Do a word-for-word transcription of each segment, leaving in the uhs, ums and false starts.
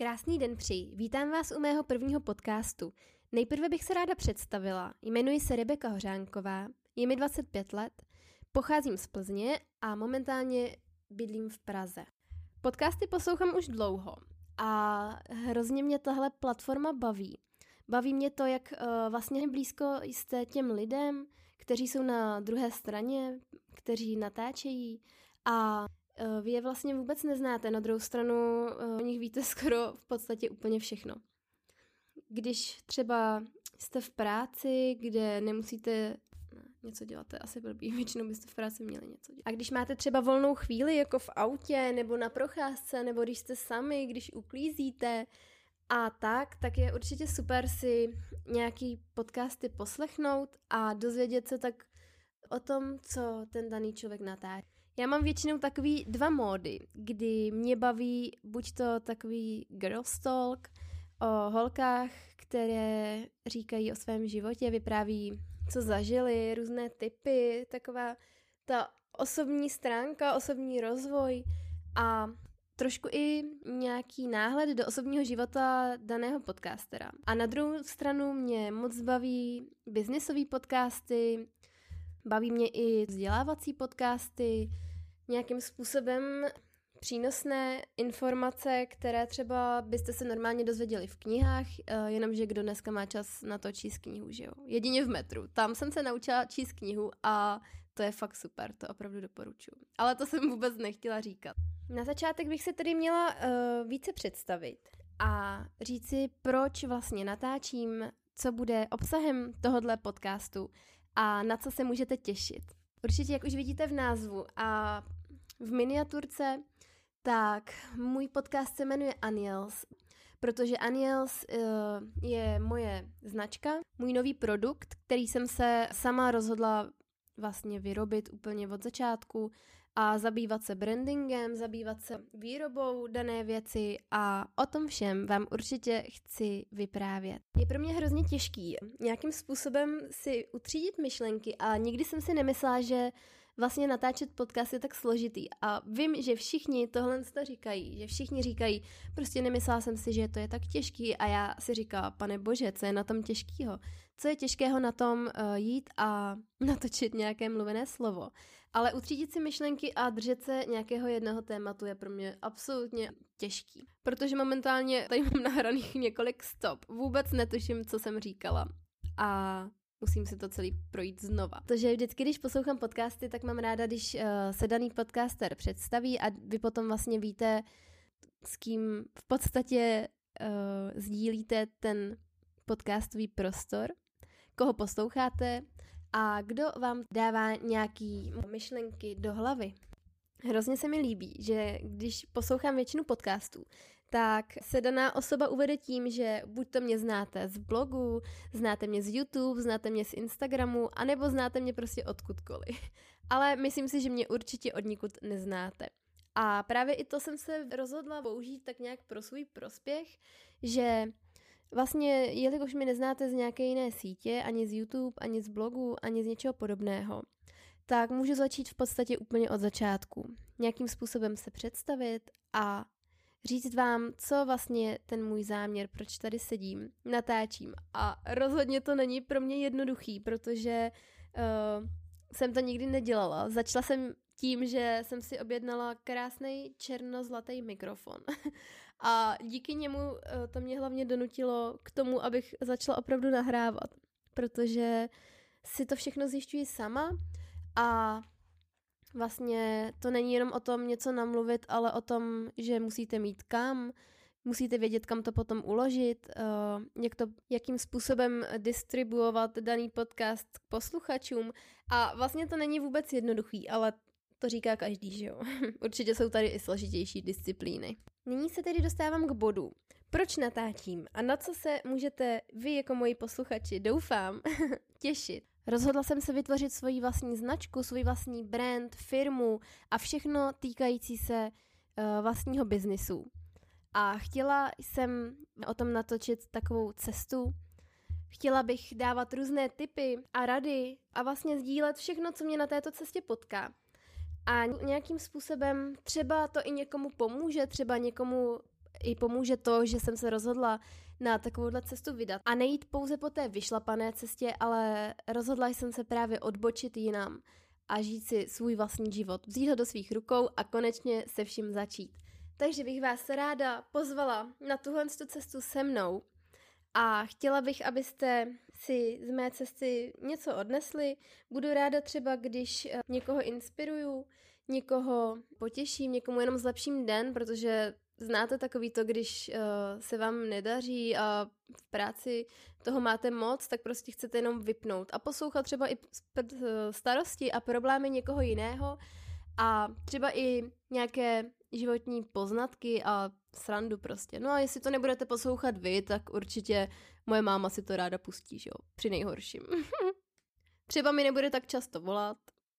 Krásný den přeji. Vítám vás u mého prvního podcastu. Nejprve bych se ráda představila. Jmenuji se Rebeka Hořánková, je mi dvacet pět let, pocházím z Plzně a momentálně bydlím v Praze. Podcasty poslouchám už dlouho a hrozně mě tahle platforma baví. Baví mě to, jak uh, vlastně blízko jste těm lidem, kteří jsou na druhé straně, kteří natáčejí a uh, vy je vlastně vůbec neznáte. Na druhou stranu uh, o nich víte skoro v podstatě úplně všechno. Když třeba jste v práci, kde nemusíte no, něco dělat, to je asi blbý, většinou byste v práci měli něco dělat. A když máte třeba volnou chvíli, jako v autě, nebo na procházce, nebo když jste sami, když uklízíte a tak, tak je určitě super si nějaký podcasty poslechnout a dozvědět se tak o tom, co ten daný člověk natáčí. Já mám většinou takový dva módy, kdy mě baví buď to takový girls talk, o holkách, které říkají o svém životě, vypráví, co zažili, různé tipy, taková ta osobní stránka, osobní rozvoj a trošku i nějaký náhled do osobního života daného podcastera. A na druhou stranu mě moc baví biznisový podcasty, baví mě i vzdělávací podcasty, nějakým způsobem přínosné informace, které třeba byste se normálně dozvěděli v knihách, jenomže kdo dneska má čas na to číst knihu, že jo? Jedině v metru. Tam jsem se naučila číst knihu a to je fakt super, to opravdu doporučuji. Ale to jsem vůbec nechtěla říkat. Na začátek bych se tedy měla uh, více představit a říci, proč vlastně natáčím, co bude obsahem tohohle podcastu a na co se můžete těšit. Určitě, jak už vidíte v názvu a v miniaturce, tak můj podcast se jmenuje Aniels, protože Aniels uh, je moje značka, můj nový produkt, který jsem se sama rozhodla vlastně vyrobit úplně od začátku a zabývat se brandingem, zabývat se výrobou dané věci a o tom všem vám určitě chci vyprávět. Je pro mě hrozně těžký nějakým způsobem si utřídit myšlenky a nikdy jsem si nemyslela, že vlastně natáčet podcast je tak složitý a vím, že všichni tohle to říkají, že všichni říkají, prostě nemyslela jsem si, že to je tak těžký a já si říkala, pane bože, co je na tom těžkýho? Co je těžkého na tom uh, jít a natočit nějaké mluvené slovo? Ale utřídit si myšlenky a držet se nějakého jednoho tématu je pro mě absolutně těžký. Protože momentálně tady mám nahraných několik stop. Vůbec netuším, co jsem říkala. A musím si to celý projít znova. Protože vždycky, když poslouchám podcasty, tak mám ráda, když uh, se daný podcaster představí a vy potom vlastně víte, s kým v podstatě uh, sdílíte ten podcastový prostor, koho posloucháte a kdo vám dává nějaký myšlenky do hlavy. Hrozně se mi líbí, že když poslouchám většinu podcastů, tak se daná osoba uvede tím, že buď to mě znáte z blogu, znáte mě z YouTube, znáte mě z Instagramu, anebo znáte mě prostě odkudkoliv. Ale myslím si, že mě určitě odnikud neznáte. A právě i to jsem se rozhodla použít tak nějak pro svůj prospěch, že vlastně, jelikož mi neznáte z nějaké jiné sítě, ani z YouTube, ani z blogu, ani z něčeho podobného, tak můžu začít v podstatě úplně od začátku. Nějakým způsobem se představit a říct vám, co vlastně ten můj záměr, proč tady sedím, natáčím. A rozhodně to není pro mě jednoduchý, protože uh, jsem to nikdy nedělala. Začala jsem tím, že jsem si objednala krásný černozlatý mikrofon. A díky němu uh, to mě hlavně donutilo k tomu, abych začala opravdu nahrávat. Protože si to všechno zjišťuji sama a vlastně to není jenom o tom něco namluvit, ale o tom, že musíte mít kam, musíte vědět, kam to potom uložit, jak to, jakým způsobem distribuovat daný podcast k posluchačům. A vlastně to není vůbec jednoduchý, ale to říká každý, že jo. Určitě jsou tady i složitější disciplíny. Nyní se tedy dostávám k bodu. Proč natáčím a na co se můžete vy jako moji posluchači, doufám, těšit? Rozhodla jsem se vytvořit svoji vlastní značku, svůj vlastní brand, firmu a všechno týkající se uh, vlastního biznisu. A chtěla jsem o tom natočit takovou cestu. Chtěla bych dávat různé tipy a rady a vlastně sdílet všechno, co mě na této cestě potká. A nějakým způsobem třeba to i někomu pomůže, třeba někomu i pomůže to, že jsem se rozhodla na takovouhle cestu vydat a nejít pouze po té vyšlapané cestě, ale rozhodla jsem se právě odbočit jinam a žít si svůj vlastní život, vzít ho do svých rukou a konečně se vším začít. Takže bych vás ráda pozvala na tuhle cestu se mnou a chtěla bych, abyste si z mé cesty něco odnesli. Budu ráda třeba, když někoho inspiruju, někoho potěším, někomu jenom zlepším den, protože znáte takový to, když uh, se vám nedaří a v práci toho máte moc, tak prostě chcete jenom vypnout a poslouchat třeba i starosti a problémy někoho jiného a třeba i nějaké životní poznatky a srandu prostě. No a jestli to nebudete poslouchat vy, tak určitě moje máma si to ráda pustí, že jo, při nejhorším. Třeba mi nebude tak často volat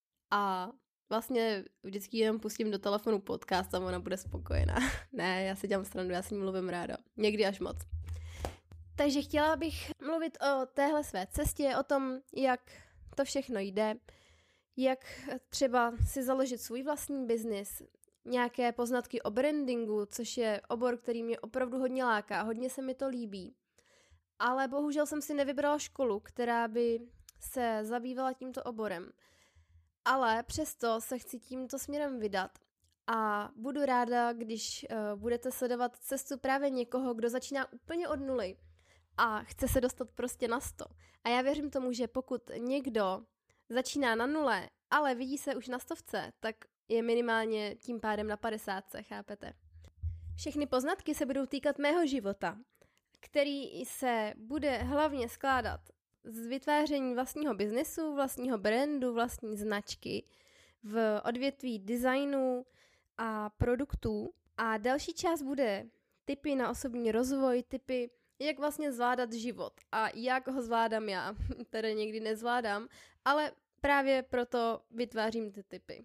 a vlastně vždycky jenom pustím do telefonu podcast a ona bude spokojená. Ne, já si dělám srandu, já s ní mluvím ráda. Někdy až moc. Takže chtěla bych mluvit o téhle své cestě, o tom, jak to všechno jde, jak třeba si založit svůj vlastní biznis, nějaké poznatky o brandingu, což je obor, který mě opravdu hodně láká, hodně se mi to líbí. Ale bohužel jsem si nevybrala školu, která by se zabývala tímto oborem. Ale přesto se chci tímto směrem vydat a budu ráda, když uh, budete sledovat cestu právě někoho, kdo začíná úplně od nuly a chce se dostat prostě na sto. A já věřím tomu, že pokud někdo začíná na nule, ale vidí se už na stovce, tak je minimálně tím pádem na padesátce, chápete? Všechny poznatky se budou týkat mého života, který se bude hlavně skládat z vytváření vlastního biznesu, vlastního brandu, vlastní značky v odvětví designu a produktů. A další část bude tipy na osobní rozvoj, tipy, jak vlastně zvládat život a jak ho zvládám já. Tedy někdy nezvládám, ale právě proto vytvářím ty tipy.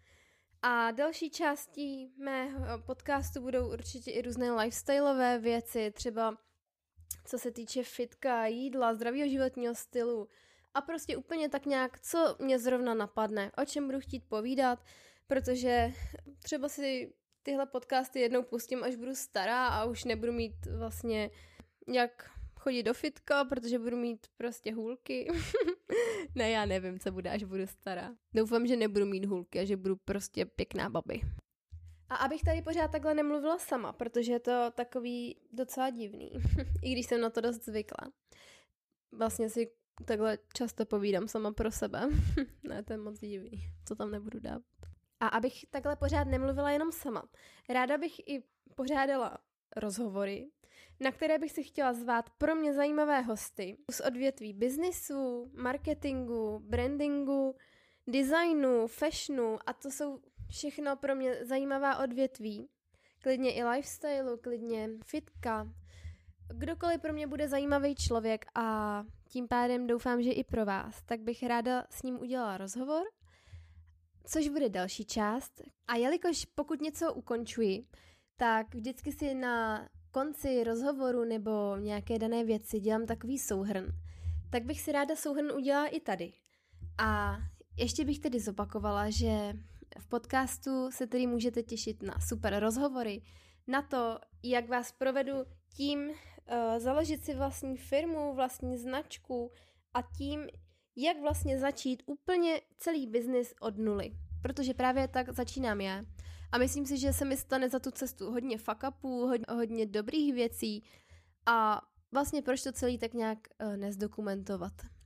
A další částí mého podcastu budou určitě i různé lifestyleové věci, třeba co se týče fitka, jídla, zdravého životního stylu a prostě úplně tak nějak, co mě zrovna napadne, o čem budu chtít povídat, protože třeba si tyhle podcasty jednou pustím, až budu stará a už nebudu mít vlastně jak chodit do fitka, protože budu mít prostě hůlky. Ne, já nevím, co bude, až budu stará. Doufám, že nebudu mít hůlky a že budu prostě pěkná babi. A abych tady pořád takhle nemluvila sama, protože je to takový docela divný, i když jsem na to dost zvykla. Vlastně si takhle často povídám sama pro sebe. Ne, to je moc divný, co tam nebudu dávat. A abych takhle pořád nemluvila jenom sama, ráda bych i pořádala rozhovory, na které bych si chtěla zvát pro mě zajímavé hosty z odvětví biznisu, marketingu, brandingu, designu, fashionu a to jsou všechno pro mě zajímavá odvětví. Klidně i lifestylu, klidně fitka. Kdokoliv pro mě bude zajímavý člověk a tím pádem doufám, že i pro vás, tak bych ráda s ním udělala rozhovor, což bude další část. A jelikož pokud něco ukončuji, tak vždycky si na konci rozhovoru nebo nějaké dané věci dělám takový souhrn, tak bych si ráda souhrn udělala i tady. A ještě bych tedy zopakovala, že v podcastu se tedy můžete těšit na super rozhovory, na to, jak vás provedu tím uh, založit si vlastní firmu, vlastní značku a tím, jak vlastně začít úplně celý biznis od nuly. Protože právě tak začínám já. A myslím si, že se mi stane za tu cestu hodně fuck upů, hodně, hodně dobrých věcí a vlastně proč to celý tak nějak uh, nezdokumentovat.